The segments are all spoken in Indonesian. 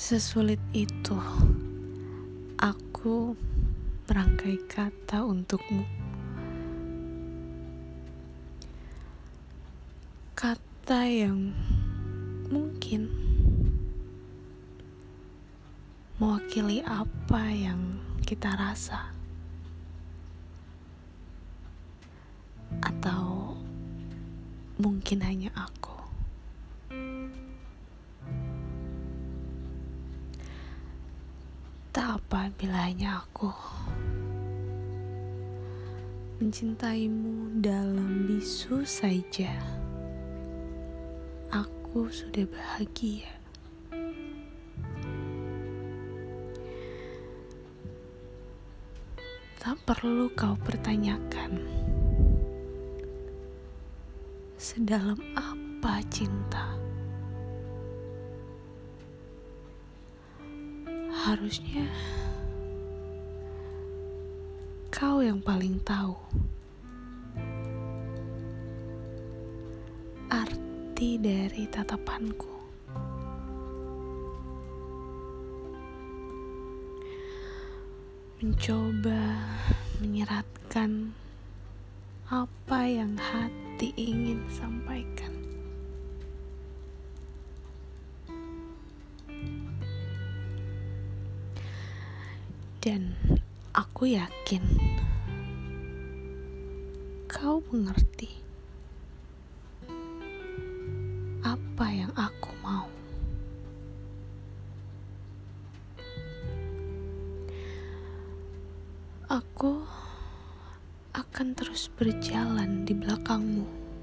Sesulit itu aku merangkai kata untukmu. Kata yang mungkin mewakili apa yang kita rasa, atau mungkin hanya aku. Tak apa bila hanya aku mencintaimu dalam bisu saja. Aku sudah bahagia. Tak perlu kau pertanyakan sedalam apa cinta. Harusnya kau yang paling tahu arti dari tatapanku. Mencoba menyeratkan apa yang hati ingin sampaikan. Dan aku yakin kau mengerti apa yang aku mau. Aku akan terus berjalan di belakangmu.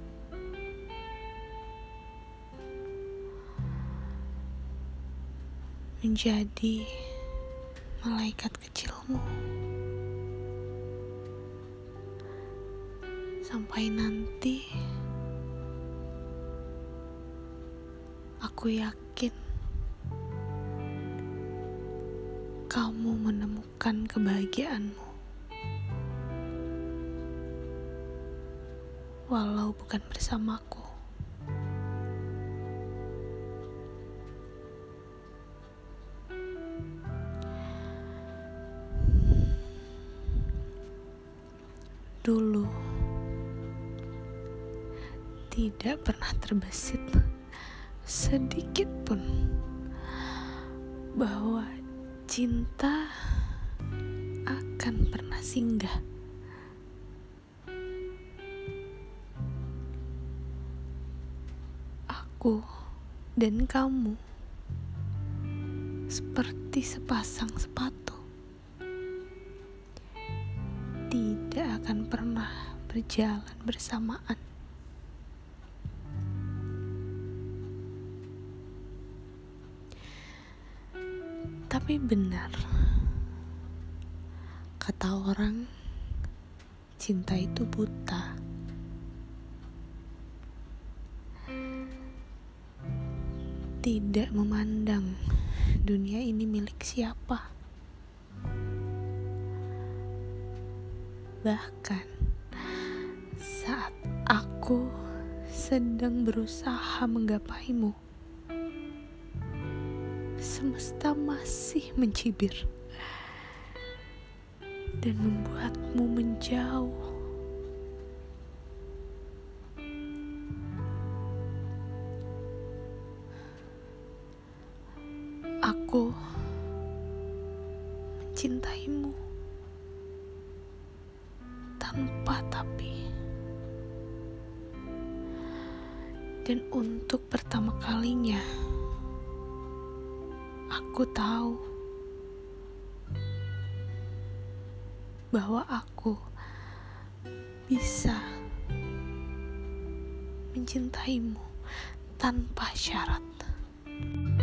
Menjadi malaikat kecilmu. Sampai nanti aku yakin kamu menemukan kebahagiaanmu. Walau bukan bersamaku. Dulu tidak pernah terbesit sedikit pun bahwa cinta akan pernah singgah. Aku dan kamu seperti sepasang sepatu, tidak akan pernah berjalan bersamaan. Tapi benar kata orang, cinta itu buta. Tidak memandang dunia ini milik siapa. Bahkan saat aku sedang berusaha menggapaimu, semesta masih mencibir dan membuatmu menjauh. Aku mencintaimu tanpa tapi. Dan untuk pertama kalinya, aku tahu bahwa aku bisa mencintaimu tanpa syarat.